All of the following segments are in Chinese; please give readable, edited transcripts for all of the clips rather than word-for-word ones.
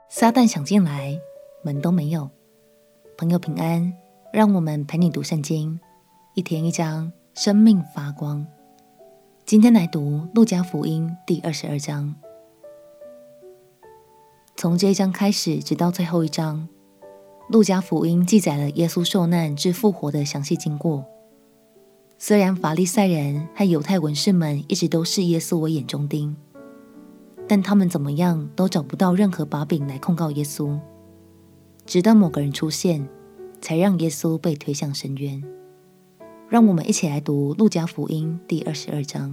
撒旦想进来，门都没有。朋友平安，让我们陪你读圣经，一天一章，生命发光。今天来读路加福音第22章。从这一章开始直到最后一章，路加福音记载了耶稣受难至复活的详细经过。虽然法利赛人和犹太文士们一直都视耶稣为眼中钉，但他们怎么样都找不到任何把柄来控告耶稣，直到某个人出现，才让耶稣被推向深渊。让我们一起来读路加福音第22章。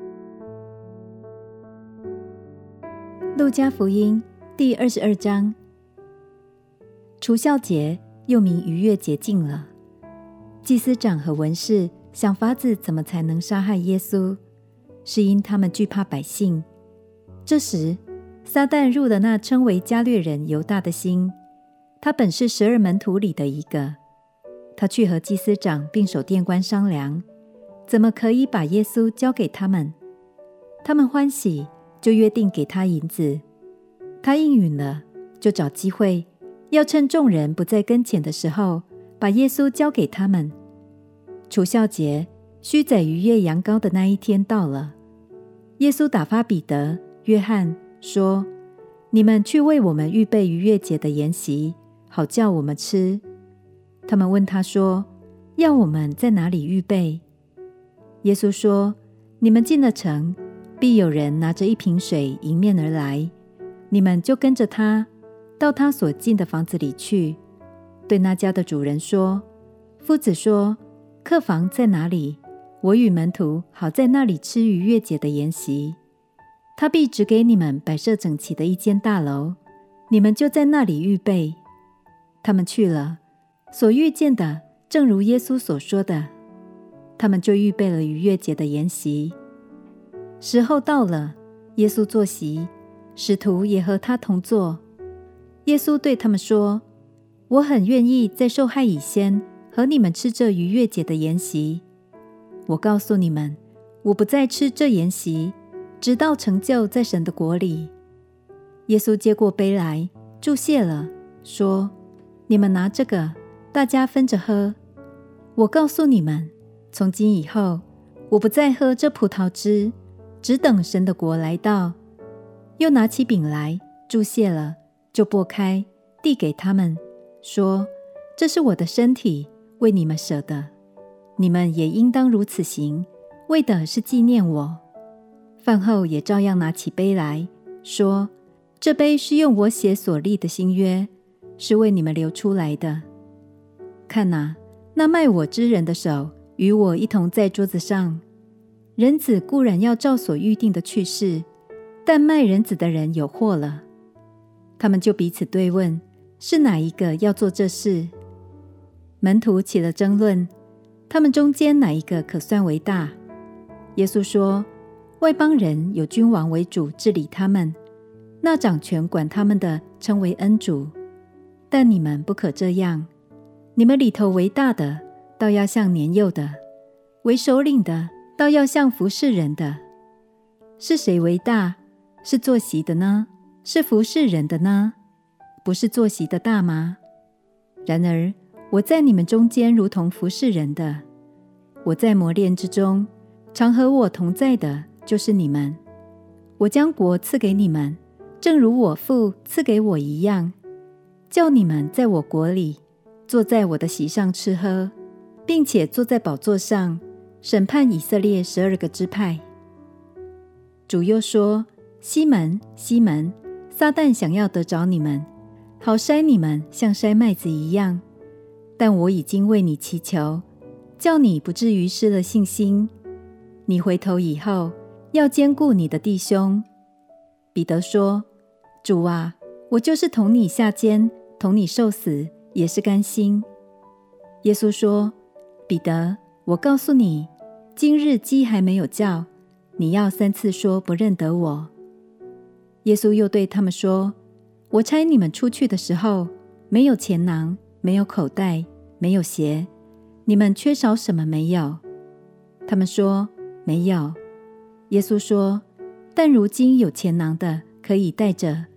路加福音第22章。除酵节又名逾越节近了，祭司长和文士想法子怎么才能杀害耶稣，是因他们惧怕百姓。这时撒旦入了那称为加略人犹大的心，他本是12门徒里的一个。他去和祭司长并守殿官商量，怎么可以把耶稣交给他们。他们欢喜，就约定给他银子。他应允了，就找机会，要趁众人不在跟前的时候，把耶稣交给他们。除酵节须宰逾越羊羔的那一天到了，耶稣打发彼得、约翰说：你们去为我们预备逾越节的筵席，好叫我们吃。他们问他说：要我们在哪里预备？耶稣说：你们进了城，必有人拿着一瓶水迎面而来，你们就跟着他，到他所进的房子里去，对那家的主人说：夫子说，客房在哪里？我与门徒好在那里吃逾越节的筵席。他必指给你们摆设整齐的一间大楼，你们就在那里预备。他们去了，所遇见的正如耶稣所说的，他们就预备了逾越节的筵席。时候到了，耶稣坐席，使徒也和他同坐。耶稣对他们说：我很愿意在受害以先和你们吃这逾越节的筵席。我告诉你们，我不再吃这筵席，直到成就在神的国里。耶稣接过杯来，祝谢了，说：你们拿这个，大家分着喝。我告诉你们，从今以后，我不再喝这葡萄汁，只等神的国来到。又拿起饼来，祝谢了，就擘开，递给他们，说：这是我的身体，为你们舍的，你们也应当如此行，为的是纪念我。饭后也照样拿起杯来，说：这杯是用我血所立的新约，是为你们流出来的。看哪，那卖我之人的手与我一同在桌子上。人子固然要照所预定的去世，但卖人子的人有祸了。他们就彼此对问，是哪一个要做这事？门徒起了争论，他们中间哪一个可算为大？耶稣说：外邦人有君王为主治理他们，那掌权管他们的称为恩主。但你们不可这样，你们里头为大的，倒要像年幼的；为首领的，倒要像服侍人的。是谁为大？是坐席的呢？是服侍人的呢？不是坐席的大吗？然而我在你们中间如同服侍人的。我在磨练之中，常和我同在的就是你们。我将国赐给你们，正如我父赐给我一样，叫你们在我国里，坐在我的席上吃喝，并且坐在宝座上，审判以色列12个支派。主又说：西门，西门，撒旦想要得着你们，好筛你们像筛麦子一样。但我已经为你祈求，叫你不至于失了信心。你回头以后，要兼顾你的弟兄。彼得说：主啊，我就是同你下监，同你受死，也是甘心。耶稣说：彼得，我告诉你，今日鸡还没有叫，你要3次说不认得我。耶稣又对他们说：我差你们出去的时候，没有钱囊，没有口袋，没有鞋，你们缺少什么没有？他们说：没有。耶稣说：但如今有钱囊的可以带着，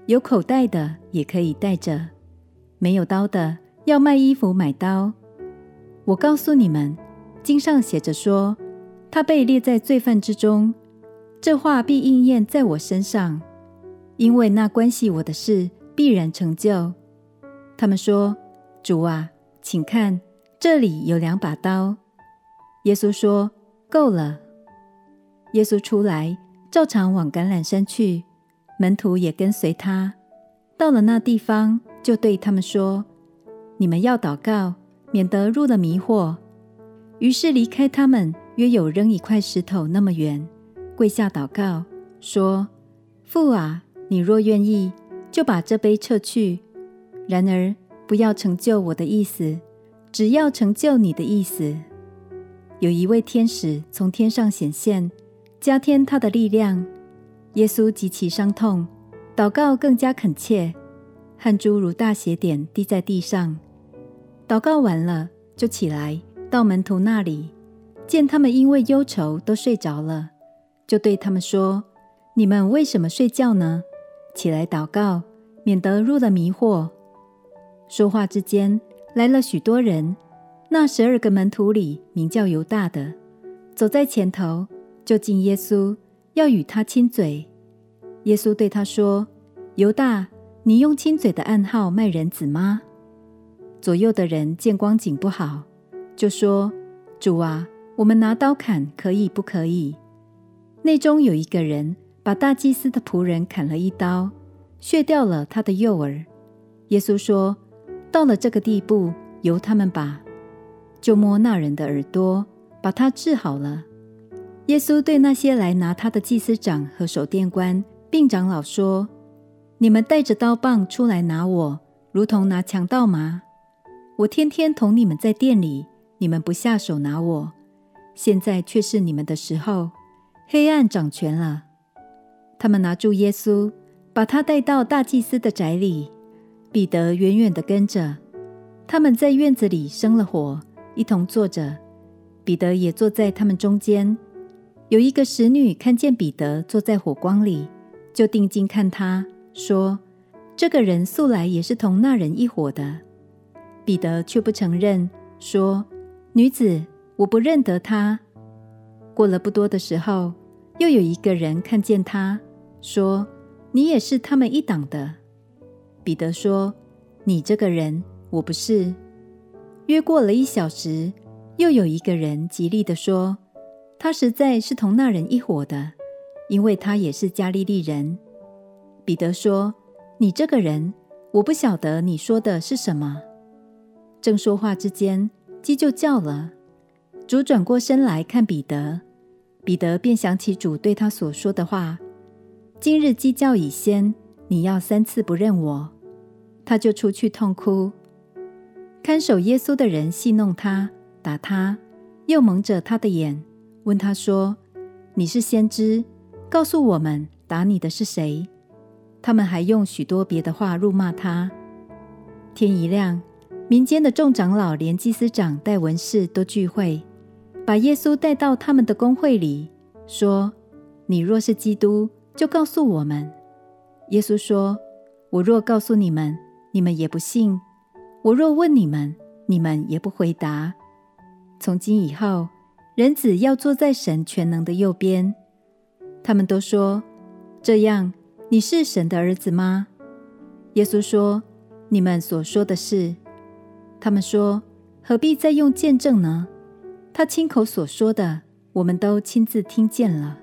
有口袋的也可以带着，没有刀的要卖衣服买刀。我告诉你们，经上写着说，他被列在罪犯之中，这话必应验在我身上，因为那关系我的事必然成就。他们说，主啊，请看，这里有2把刀。耶稣说，够了。耶稣出来，照常往橄榄山去，门徒也跟随他。到了那地方，就对他们说，你们要祷告，免得入了迷惑。于是离开他们，约有扔一块石头那么远，跪下祷告，说，父啊，你若愿意，就把这杯撤去，然而不要成就我的意思，只要成就你的意思。有一位天使从天上显现，加添他的力量。耶稣极其伤痛，祷告更加恳切，汗珠如大血点滴在地上。祷告完了，就起来到门徒那里，见他们因为忧愁都睡着了，就对他们说，你们为什么睡觉呢？起来祷告，免得入了迷惑。说话之间，来了许多人，那12个门徒里名叫犹大的，走在前头，就近耶稣，要与他亲嘴。耶稣对他说，犹大，你用亲嘴的暗号卖人子吗？左右的人见光景不好，就说，主啊，我们拿刀砍可以不可以？内中有一个人把大祭司的仆人砍了一刀，削掉了他的右耳。耶稣说，到了这个地步，由他们吧。就摸那人的耳朵，把他治好了。耶稣对那些来拿他的祭司长和守殿官并长老说，你们带着刀棒出来拿我，如同拿强盗吗？我天天同你们在店里，你们不下手拿我，现在却是你们的时候，黑暗掌权了。他们拿住耶稣，把他带到大祭司的宅里，彼得远远地跟着。他们在院子里生了火，一同坐着，彼得也坐在他们中间。有一个使女看见彼得坐在火光里，就定睛看他，说，这个人素来也是同那人一伙的。彼得却不承认，说，女子，我不认得他。过了不多的时候，又有一个人看见他，说，你也是他们一党的。彼得说，你这个人，我不是。约过了1小时，又有一个人极力地说，他实在是同那人一伙的，因为他也是加利利人。彼得说，你这个人，我不晓得你说的是什么。正说话之间，鸡就叫了。主转过身来看彼得，彼得便想起主对他所说的话，今日鸡叫以先，你要3次不认我。他就出去痛哭。看守耶稣的人戏弄他，打他，又蒙着他的眼，问他说，你是先知，告诉我们，打你的是谁？他们还用许多别的话辱骂他。天一亮，民间的众长老连祭司长带文士都聚会，把耶稣带到他们的公会里，说，你若是基督，就告诉我们。耶稣说，我若告诉你们，你们也不信；我若问你们，你们也不回答。从今以后，人子要坐在神全能的右边。他们都说，这样，你是神的儿子吗？耶稣说，你们所说的是。他们说，何必再用见证呢？他亲口所说的，我们都亲自听见了。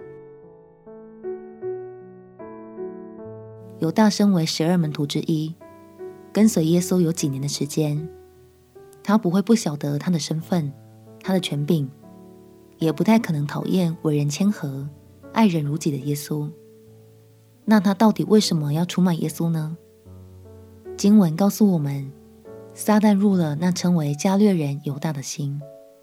犹大身为12门徒之一，跟随耶稣有几年的时间，他不会不晓得他的身份，他的权柄，也不太可能讨厌为人谦和、爱人如己的耶稣。那他到底为什么要出卖耶稣呢？经文告诉我们，撒旦入了那称为加略人犹大的心。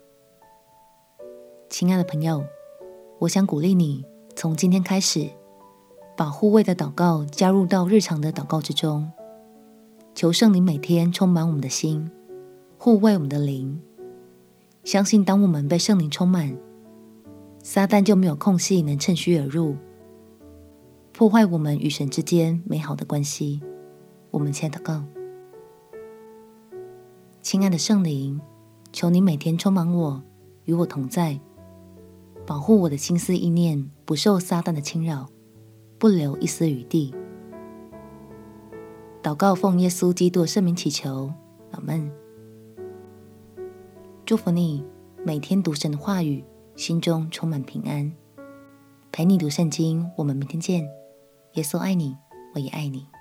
亲爱的朋友，我想鼓励你，从今天开始，把护卫的祷告加入到日常的祷告之中，求圣灵每天充满我们的心，护卫我们的灵。相信当我们被圣灵充满，撒旦就没有空隙能趁虚而入。 破坏我们与神之间美好的关系。我们且祷告。亲爱的圣灵，求你每天充满我，与我同在，保护我的心思意念不受撒旦的侵扰，不留一丝余地。祷告奉耶稣基督的圣名祈求，阿们。祝福你每天读神的话语，心中充满平安。陪你读圣经，我们明天见。耶稣爱你，我也爱你。